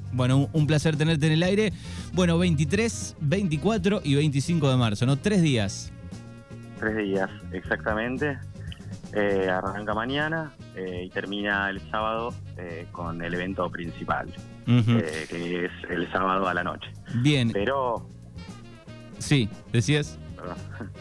Bueno, un placer tenerte en el aire. Bueno, 23, 24 y 25 de marzo, ¿no? 3 días. 3 días, exactamente. Arranca mañana y termina el sábado con el evento principal, que es el sábado a la noche. Bien. Pero... Sí, ¿decías? Perdón.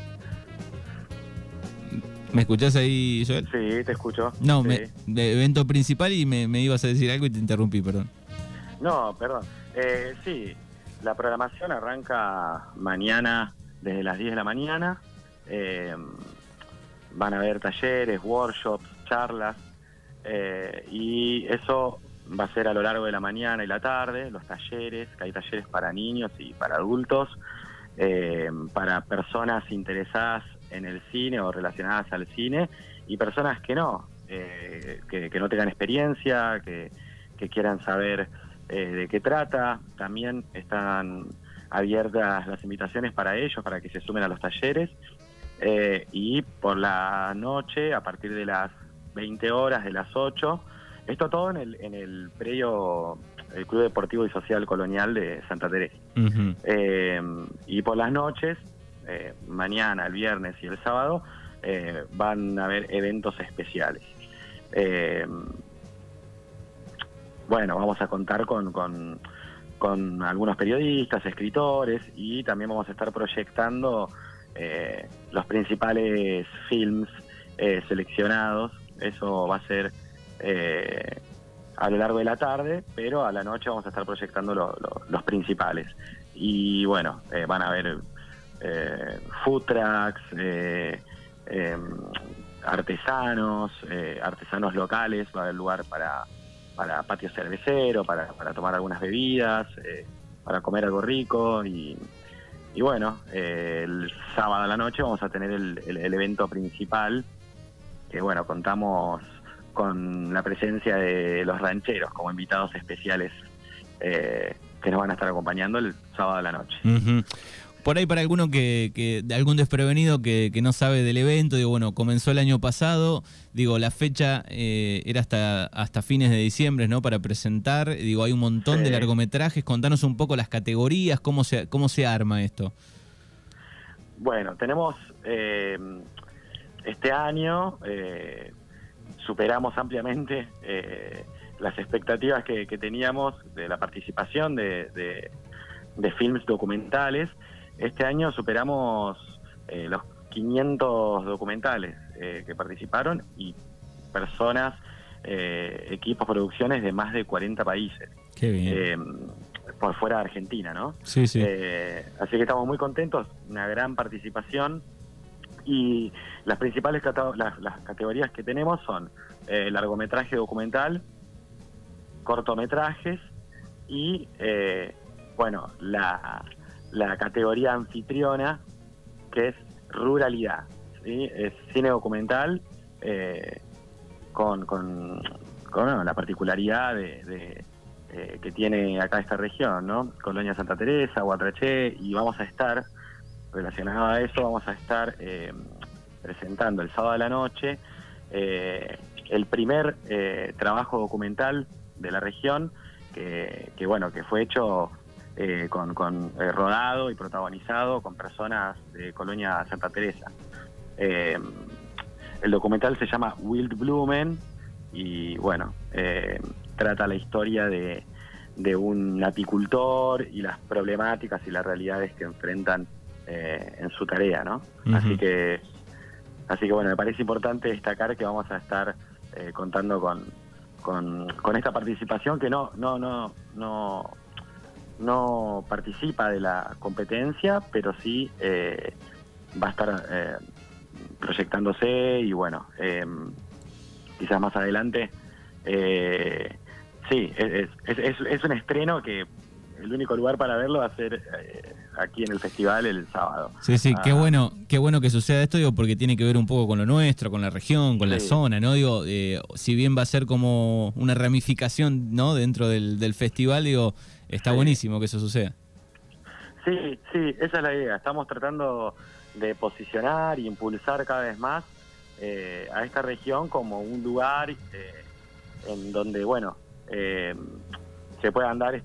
¿Me escuchás ahí, Joel? Sí, te escucho. No, sí. De evento principal y me ibas a decir algo y te interrumpí, perdón. No, perdón. Sí, la programación arranca mañana desde las 10 de la mañana. Van a haber talleres, workshops, charlas, y eso va a ser a lo largo de la mañana y la tarde, los talleres, que hay talleres para niños y para adultos, para personas interesadas en el cine o relacionadas al cine, y personas que no tengan experiencia, que quieran saber de qué trata. También están abiertas las invitaciones para ellos, para que se sumen a los talleres. Y por la noche, a partir de las 20 horas, de las 8, esto todo en el predio, el Club Deportivo y Social Colonial de Santa Teresa. Y por las noches, mañana, el viernes y el sábado, van a haber eventos especiales. Bueno, vamos a contar con algunos periodistas, escritores, y también vamos a estar proyectando los principales films seleccionados. Eso va a ser a lo largo de la tarde, pero a la noche vamos a estar proyectando los principales. Y bueno, van a haber food trucks, artesanos locales, va a haber lugar para patio cervecero, para tomar algunas bebidas, para comer algo rico. Y bueno, el sábado a la noche vamos a tener el evento principal, que bueno, contamos con la presencia de los rancheros como invitados especiales, que nos van a estar acompañando el sábado a la noche. Por ahí, para alguno que algún desprevenido que no sabe del evento, digo, bueno, comenzó el año pasado, digo, la fecha era hasta fines de diciembre, ¿no? Para presentar, digo, hay un montón de largometrajes. Contanos un poco las categorías, cómo se arma esto. Bueno, tenemos este año, superamos ampliamente las expectativas que teníamos de la participación de films documentales. Este año superamos los 500 documentales que participaron, y personas, equipos, producciones de más de 40 países. Qué bien. Por fuera de Argentina, ¿no? Sí, sí. Así que estamos muy contentos, una gran participación. Y las principales las categorías que tenemos son largometraje documental, cortometrajes y, bueno, la categoría anfitriona, que es ruralidad, ¿sí? Es cine documental con bueno, la particularidad que tiene acá esta región, ¿no? Colonia Santa Teresa, Guatraché, y vamos a estar, relacionado a eso, vamos a estar presentando el sábado a la noche el primer trabajo documental de la región, que bueno, que fue hecho rodado y protagonizado con personas de Colonia Santa Teresa. El documental se llama Wild Blumen, y bueno, trata la historia de un apicultor y las problemáticas y las realidades que enfrentan en su tarea, ¿no? Así que bueno, me parece importante destacar que vamos a estar contando con esta participación, que no participa de la competencia, pero sí va a estar proyectándose. Y bueno, quizás más adelante, sí, es un estreno que el único lugar para verlo va a ser aquí en el festival el sábado. Sí, qué bueno que suceda esto, digo, porque tiene que ver un poco con lo nuestro, con la región, con la zona, ¿no? Digo, si bien va a ser como una ramificación, ¿no?, dentro del festival, digo, está buenísimo que eso suceda. Sí, esa es la idea. Estamos tratando de posicionar y impulsar cada vez más a esta región como un lugar en donde, bueno, se puedan dar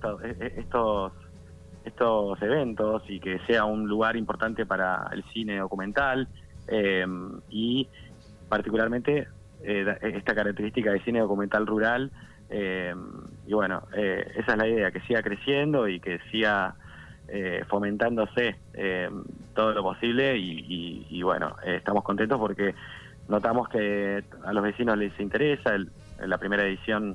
estos eventos y que sea un lugar importante para el cine documental, y particularmente esta característica de cine documental rural, y bueno, esa es la idea, que siga creciendo y que siga fomentándose todo lo posible y bueno, estamos contentos porque notamos que a los vecinos les interesa. En la primera edición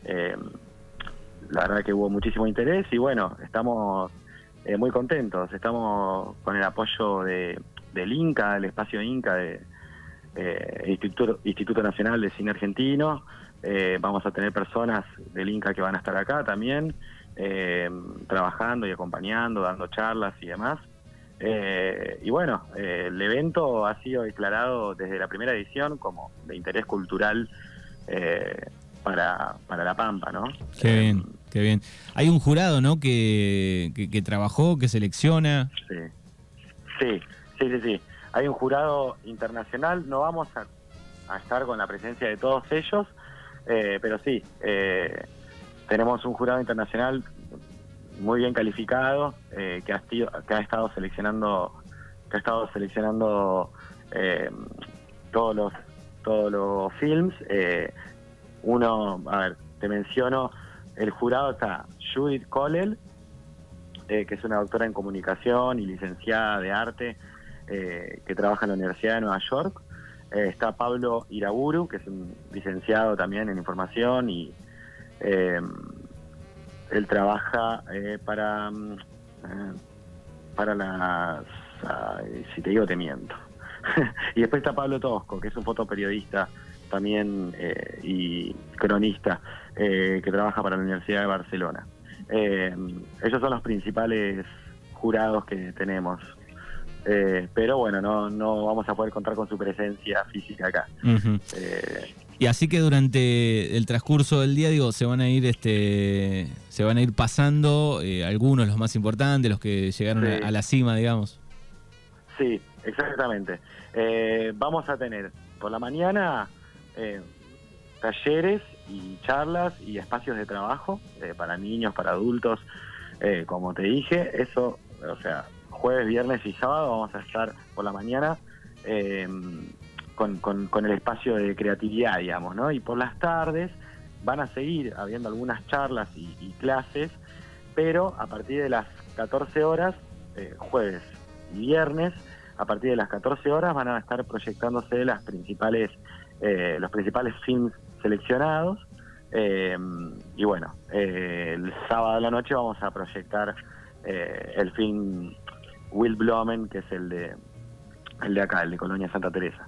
la verdad que hubo muchísimo interés y bueno, estamos muy contentos. Estamos con el apoyo del INCA, el espacio INCA, Instituto Nacional de Cine Argentino. Vamos a tener personas del INCA que van a estar acá también, trabajando y acompañando, dando charlas y demás. Y bueno, el evento ha sido declarado desde la primera edición como de interés cultural para La Pampa, ¿no? Qué bien, qué bien. Hay un jurado, ¿no?, que trabajó, que selecciona. Sí. Hay un jurado internacional. No vamos a estar con la presencia de todos ellos, pero sí, tenemos un jurado internacional muy bien calificado, que ha estado seleccionando todos los films. A ver, te menciono, el jurado está Judith Kollel, que es una doctora en comunicación y licenciada de arte, que trabaja en la Universidad de Nueva York. Está Pablo Iraburu, que es un licenciado también en información y él trabaja para las... si te digo te miento. Y después está Pablo Tosco, que es un fotoperiodista también y cronista, que trabaja para la Universidad de Barcelona. Ellos son los principales jurados que tenemos. Pero bueno, no vamos a poder contar con su presencia física acá. Uh-huh. Y así que durante el transcurso del día, digo, se van a ir pasando algunos, los más importantes, los que llegaron a la cima, digamos. Sí, exactamente. Vamos a tener por la mañana talleres y charlas y espacios de trabajo para niños, para adultos, como te dije. Eso, o sea, jueves, viernes y sábado vamos a estar por la mañana con el espacio de creatividad, digamos, ¿no? Y por las tardes van a seguir habiendo algunas charlas y clases, pero a partir de las 14 horas, jueves y viernes, a partir de las 14 horas van a estar proyectándose los principales films seleccionados. Y bueno, el sábado a la noche vamos a proyectar el film Will Blomen, que es el de acá, el de Colonia Santa Teresa.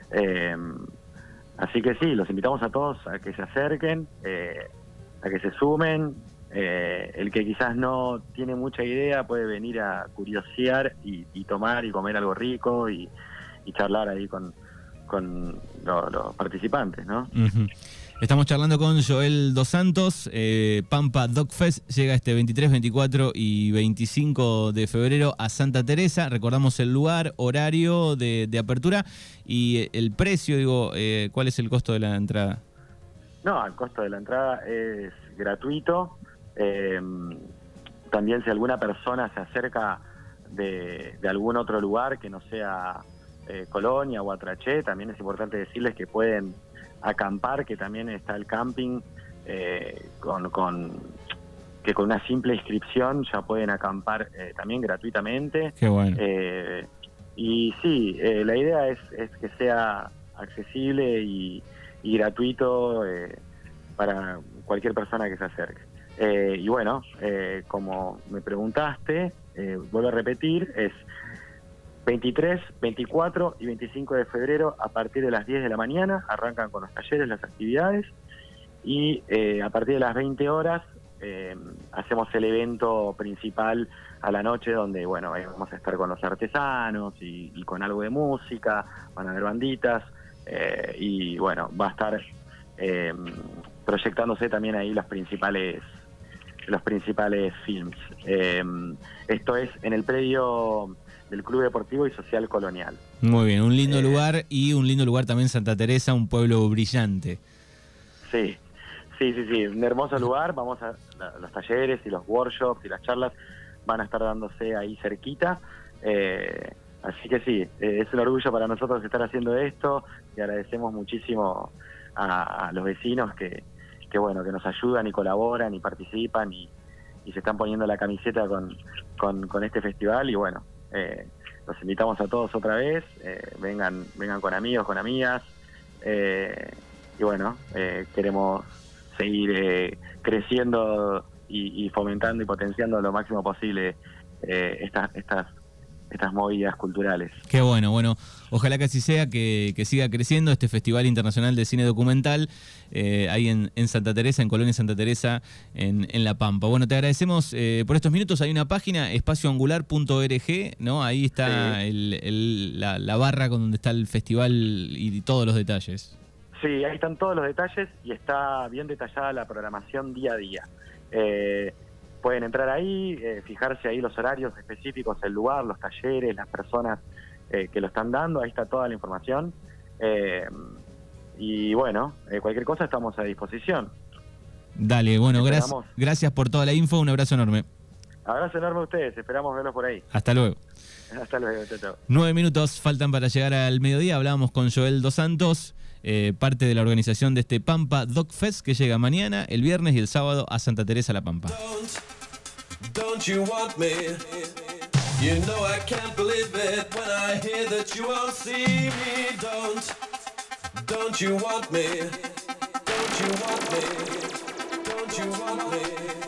Así que sí, los invitamos a todos a que se acerquen, a que se sumen. El que quizás no tiene mucha idea puede venir a curiosear y tomar y comer algo rico y charlar ahí con los participantes, ¿no? Uh-huh. Estamos charlando con Joel Dos Santos. Pampa Doc Fest llega este 23, 24 y 25 de febrero a Santa Teresa. Recordamos el lugar, horario de apertura y el precio, digo, ¿cuál es el costo de la entrada? No, el costo de la entrada es gratuito. También si alguna persona se acerca de algún otro lugar que no sea Colonia o Atraché, también es importante decirles que pueden acampar, que también está el camping, con una simple inscripción ya pueden acampar también gratuitamente. Qué bueno. Y sí, la idea es que sea accesible y gratuito para cualquier persona que se acerque. Y bueno, como me preguntaste, vuelvo a repetir, es 23, 24 y 25 de febrero a partir de las 10 de la mañana, arrancan con los talleres, las actividades, y a partir de las 20 horas hacemos el evento principal a la noche, donde bueno, ahí vamos a estar con los artesanos y con algo de música, van a haber banditas, y bueno, va a estar proyectándose también ahí los principales films. Esto es en el predio del Club Deportivo y Social Colonial. Muy bien, un lindo lugar, y un lindo lugar también Santa Teresa, un pueblo brillante. Sí, Sí, un hermoso lugar. Los talleres y los workshops y las charlas van a estar dándose ahí cerquita. Así que sí, es un orgullo para nosotros estar haciendo esto y agradecemos muchísimo a los vecinos que bueno, que nos ayudan y colaboran y participan y se están poniendo la camiseta con este festival. Y bueno, los invitamos a todos otra vez, vengan con amigos, con amigas, y bueno, queremos seguir creciendo y fomentando y potenciando lo máximo posible estas movidas culturales. Qué bueno, ojalá que así sea, que siga creciendo este Festival Internacional de Cine Documental ahí en Santa Teresa, en Colonia Santa Teresa, en La Pampa. Bueno, te agradecemos por estos minutos. Hay una página, espacioangular.org, ¿no? Ahí está sí. la barra con donde está el festival y todos los detalles. Sí, ahí están todos los detalles y está bien detallada la programación día a día. Pueden entrar ahí, fijarse ahí los horarios específicos, el lugar, los talleres, las personas que lo están dando, ahí está toda la información. Y bueno, cualquier cosa estamos a disposición. Dale, bueno, gracias por toda la info, un abrazo enorme. Abrazo enorme a ustedes, esperamos verlos por ahí. Hasta luego. Hasta luego, chao. 9 minutos faltan para llegar al mediodía. Hablábamos con Joel Dos Santos, parte de la organización de este Pampa Doc Fest, que llega mañana, el viernes y el sábado a Santa Teresa La Pampa. Don't you want me? You know I can't believe it when I hear that you won't see me. Don't you want me? Don't you want me? Don't you want me?